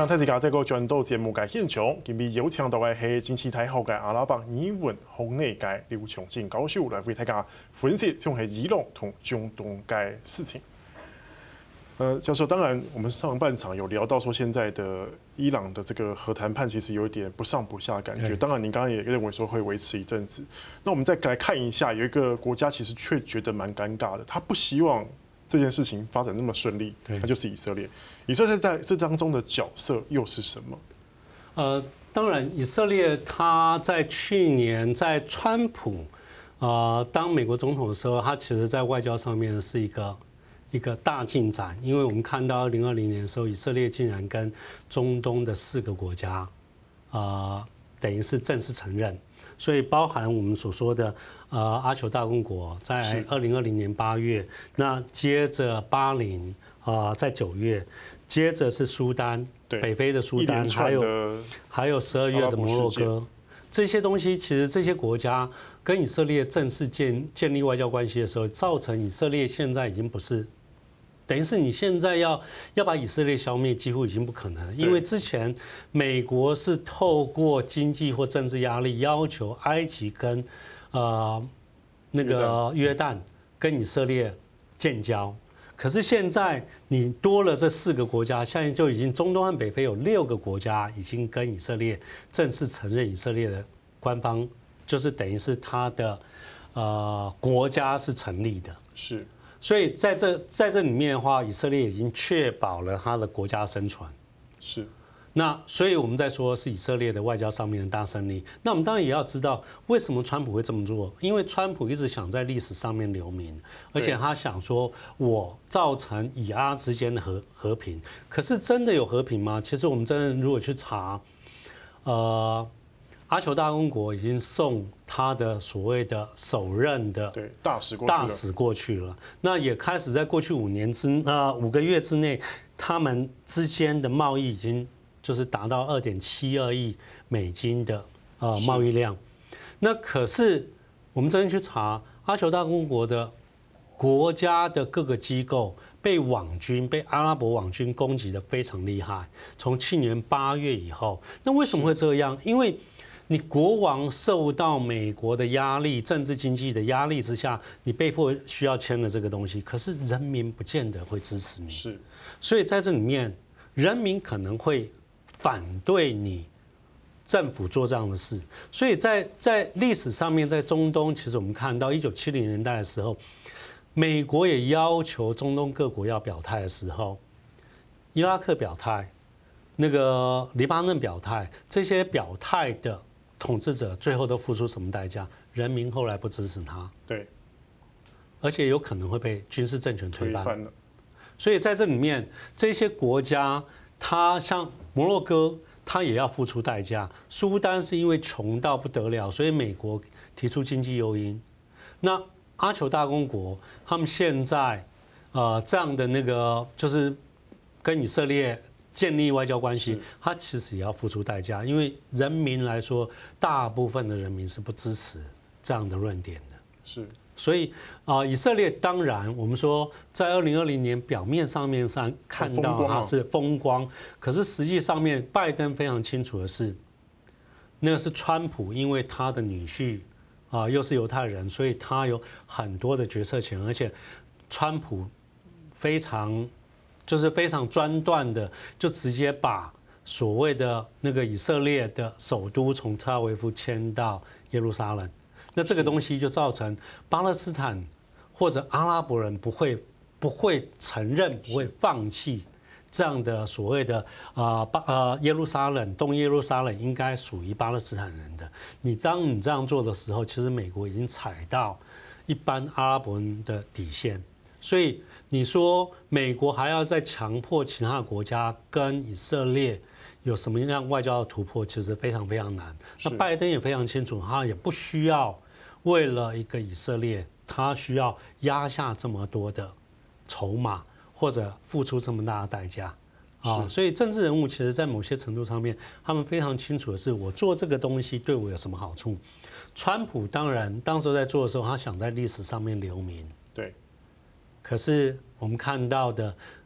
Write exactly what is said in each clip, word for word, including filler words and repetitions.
今日睇下這個轉到節目嘅現場，今日有請到嘅係經濟太好嘅阿拉伯語文紅內界劉長進教授來為大家分析，像係伊朗同中東嘅事情。呃，教授，當然我們上半場有聊到說，現在的伊朗的這個核談判其實有一點不上不下的感覺。當然，您剛剛也認為說會維持一陣子。那我們再來看一下，有一個國家其實卻覺得蠻尷尬的，他不希望這件事情發展那麼順利，它就是以色列。以色列在這當中的角色又是什麼？ 呃，當然，以色列他在去年在川普呃當美國總統的時候，他其實在外交上面是一個一個大進展，因為我們看到二零二零年的時候，以色列竟然跟中東的四個國家，呃，等於是正式承認。所以包含我們所說的，呃，阿酋大公國在二零二零年八月，那接着巴林啊，在九月，接着是蘇丹，北非的蘇丹，還有還有十二月的摩洛哥，這些東西其實這些國家跟以色列正式建建立外交關係的時候，造成以色列現在已經不是。等於是你現在要要把以色列消滅，幾乎已經不可能了，因為之前美國是透過經濟或政治壓力要求埃及跟呃那個約旦跟以色列建交，可是現在你多了這四個國家，現在就已經中東和北非有六個國家已經跟以色列正式承認以色列的官方，就是等於是他的呃國家是成立的， 是。 所以在這在這裡面的話，以色列已經確保了他的國家生存。 是。 那所以我們在說是以色列的外交上面的大勝利。那我們當然也要知道為什麼川普會這麼做，因為川普一直想在歷史上面留名，而且他想說我造成以阿之間的和和平。可是真的有和平嗎？其實我們真的如果去查，呃。阿酋大公國已經送他的所謂的首任的大使大使過去了，那也開始在過去五年之呃五個月之內，他們之間的貿易已經就是達到二點七二億美金的呃貿易量。那可是我們真正去查阿酋大公國的國家的各個機構被網軍被阿拉伯網軍攻擊得非常厲害，從去年八月以後，那為什麼會這樣？因為你國王受到美國的壓力、政治經濟的壓力之下，你被迫需要簽了這個東西，可是人民不見得會支持你。 是， 所以在這裡面，人民可能會反對你政府做這樣的事。所以在在歷史上面，在中東，其實我們看到一九七零年代的時候，美國也要求中東各國要表態的時候，伊拉克表態，那個黎巴嫩表態，這些表態的統治者最後都付出什麼代價？人民後來不支持他， 對， 而且有可能會被軍事政權推翻。 推翻了。 所以在這裡面，這些國家，它像摩洛哥，它也要付出代價。蘇丹是因為窮到不得了，所以美國提出經濟誘因。那阿酋大公國，他們現在呃這樣的那個就是跟以色列建立外交關係，它其實也要付出代價，因為人民來說，大部分的人民是不支持這樣的論點的。 是， 所以啊，以色列當然，我們說在二零二零年表面上面上看到它是風光，可是實際上面，拜登非常清楚的是，那個是川普，因為他的女婿啊又是猶太人，所以他有很多的決策權，而且川普非常。就是非常專斷的，就直接把所謂的那個以色列的首都從特拉維夫遷到耶路撒冷，那這個東西就造成巴勒斯坦或者阿拉伯人不會不會承認、不會放棄這樣的所謂的啊巴呃耶路撒冷東耶路撒冷應該屬於巴勒斯坦人的。你當你這樣做的時候，其實美國已經踩到一般阿拉伯人的底線，所以。你說美國還要再強迫其他國家跟以色列有什麼樣外交的突破，其實非常非常難。那拜登也非常清楚，他也不需要為了一個以色列，他需要壓下這麼多的籌碼或者付出這麼大的代價啊。所以政治人物其實在某些程度上面，他們非常清楚的是，我做這個東西對我有什麼好處。川普當然當時在做的時候，他想在歷史上面留名。 對。 可是我們看到的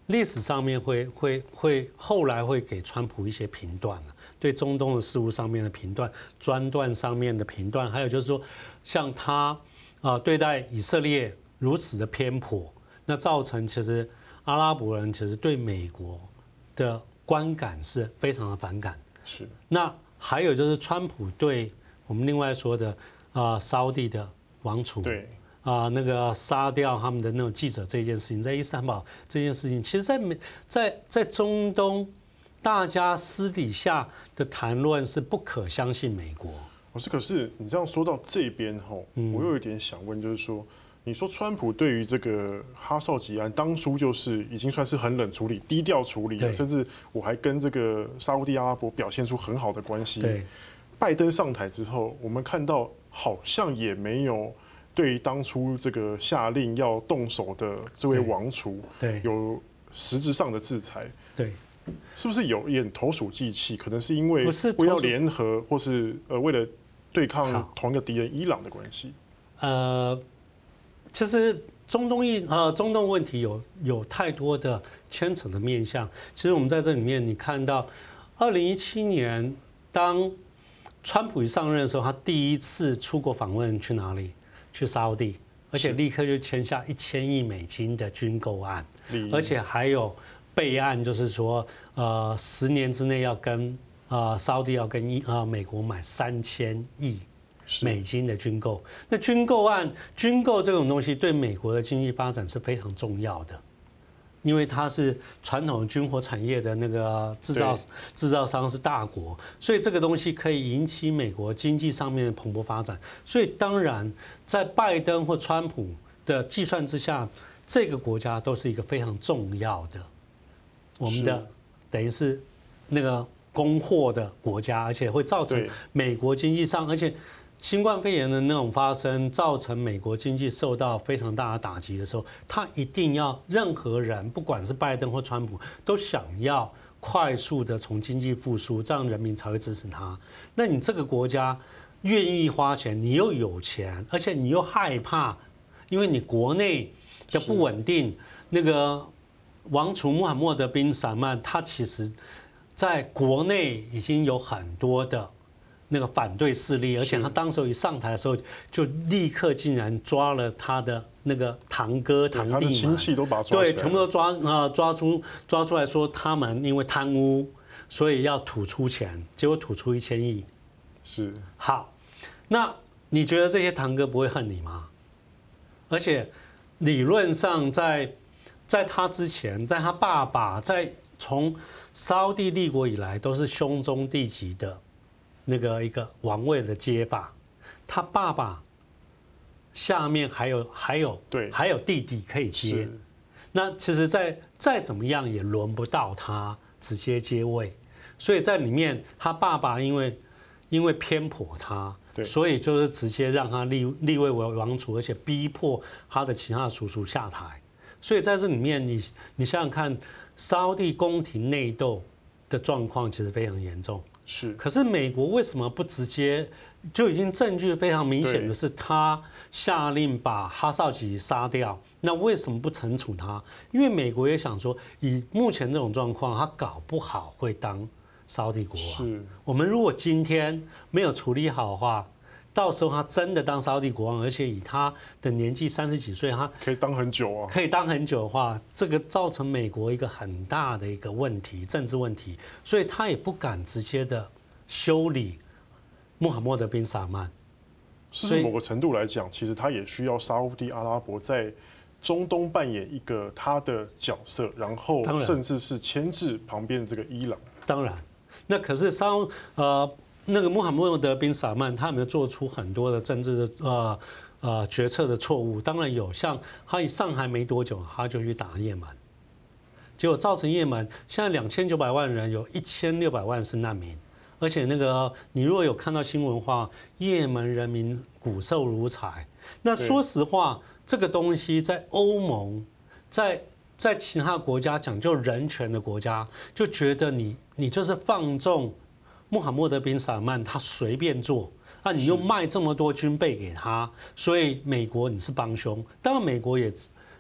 历史上面会会会后来会给川普一些评断了，对中东的事务上面的评断，专断上面的评断，还有就是说，像他啊、呃、对待以色列如此的偏颇，那造成其实阿拉伯人其实对美国的观感是非常的反感。 是。 那还有就是川普对我们另外说的啊沙地的王储， 对。 啊，那个杀掉他们的那种记者这件事情，在伊斯坦堡这件事情，其实在美在在中东，大家私底下的谈论是不可相信美国。 我是，可是你这样说到这边吼，我又有点想问，就是说，你说川普对于这个哈绍吉案，当初就是已经算是很冷处理、低调处理了，甚至我还跟这个沙烏地阿拉伯表现出很好的关系。 对， 拜登上台之后，我们看到好像也没有对于当初这个下令要动手的这位王储， 对， 有实质上的制裁。 对， 是不是有点投鼠忌器？可能是因为为了联合，或是呃为了对抗同一个敌人伊朗的关系。 呃，其实中东一呃中东问题有有太多的牵扯的面向。其实我们在这里面，你看到二零一七年当川普一上任的时候，他第一次出国访问去哪里？去沙烏地，而且立刻就签下一千亿美金的军购案，而且还有备案，就是说，呃，十年之内要跟呃沙烏地要跟呃美国买三千亿美金的军购。那军购案、军购这种东西对美国的经济发展是非常重要的。因为它是传统军火产业的那个制造制造商是大国，所以这个东西可以引起美国经济上面的蓬勃发展。所以当然，在拜登或川普的计算之下，这个国家都是一个非常重要的，我们的等于是那个供货的国家，而且会造成美国经济上，而且新冠肺炎的那种发生，造成美国经济受到非常大的打击的时候，他一定要任何人，不管是拜登或川普，都想要快速的从经济复苏，这样人民才会支持他。那你这个国家愿意花钱，你又有钱，而且你又害怕，因为你国内的不稳定，那个王储穆罕默德宾萨曼，他其实在国内已经有很多的那个反对势力，而且他当时一上台的时候，就立刻竟然抓了他的那个堂哥堂弟嘛， 他的亲戚都把他抓起来， 对，全部都抓啊抓出抓出来说他们因为贪污，所以要吐出钱，结果吐出一千亿。 是好，那你觉得这些堂哥不会恨你吗？而且理论上在在他之前，在他爸爸在从沙烏地立国以来都是兄终弟及的。那个一个王位的接法，他爸爸下面还有还有对还有弟弟可以接，那其实再再怎么样也轮不到他直接接位，所以在里面他爸爸因为因为偏颇他，所以就是直接让他立立位为王储，而且逼迫他的其他叔叔下台，所以在这里面你你想想看，沙烏地宫廷内斗的状况其实非常严重。 是， 可是美国为什么不直接就已经证据非常明显的是，他下令把哈绍吉杀掉，那为什么不惩处他？因为美国也想说，以目前这种状况，他搞不好会当沙烏地国王。是，我们如果今天没有处理好的话，到时候他真的当沙烏地国王，而且以他的年纪三十几岁，他可以当很久啊。 可以当很久的话，这个造成美国一个很大的一个问题，政治问题，所以他也不敢直接的修理穆罕默德宾萨曼。 所以某个程度来讲，其实他也需要沙烏地阿拉伯在中东扮演一个他的角色，然后甚至是牵制旁边的这个伊朗。 当然，那可是沙呃。那个穆罕默德宾萨曼，他有没有做出很多的政治的呃呃决策的错误？当然有，像他一上台没多久，他就去打也门，结果造成也门现在两千九百万人，有一千六百万是难民，而且那个你如果有看到新闻的话，也门人民骨瘦如柴。那说实话，这个东西在欧盟，在在其他国家讲究人权的国家，就觉得你你就是放纵穆罕默德宾萨曼，他随便做，那你又卖这么多军备给他，所以美国你是帮凶。当然，美国也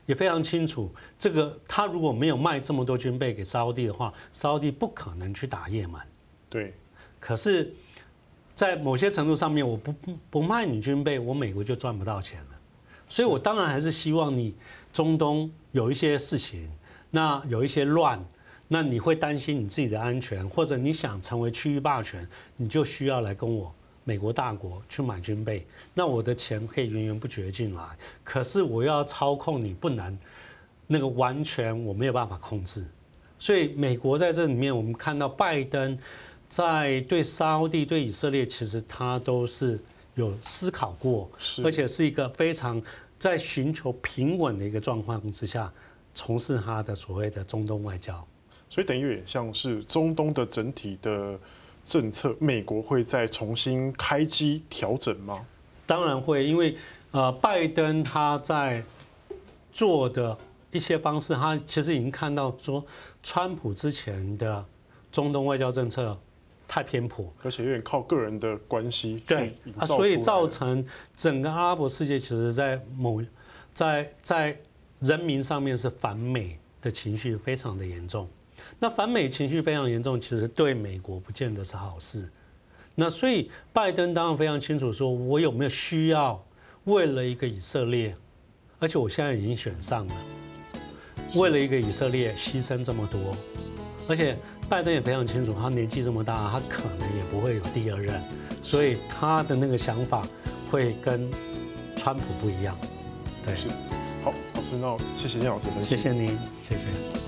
也非常清楚，这个他如果没有卖这么多军备给沙烏地的话，沙烏地不可能去打也门。 对。 可是，在某些程度上面，我不不卖你军备，我美国就赚不到钱了。所以我当然还是希望你中东有一些事情，那有一些乱，那你会担心你自己的安全，或者你想成为区域霸权，你就需要来跟我美国大国去买军备，那我的钱可以源源不绝进来。可是我要操控你不能，那个完全我没有办法控制。所以美国在这里面，我们看到拜登在对沙烏地、对以色列，其实他都是有思考过，而且是一个非常在寻求平稳的一个状况之下，从事他的所谓的中东外交。 所以等于也像是中东的整体的政策，美国会再重新开机调整吗？ 当然会，因为呃，拜登他在做的一些方式，他其实已经看到说，川普之前的中东外交政策太偏颇， 而且有点靠个人的关系对啊，所以造成整个阿拉伯世界其实在某在在人民上面是反美的情绪非常的严重。那反美情绪非常严重，其实对美国不见得是好事。那所以拜登当然非常清楚，说我有没有需要为了一个以色列，而且我现在已经选上了，为了一个以色列牺牲这么多，而且拜登也非常清楚，他年纪这么大，他可能也不会有第二任，所以他的那个想法会跟川普不一样。对， 是。好，老师，那谢谢叶老师分析。 谢谢您，谢谢。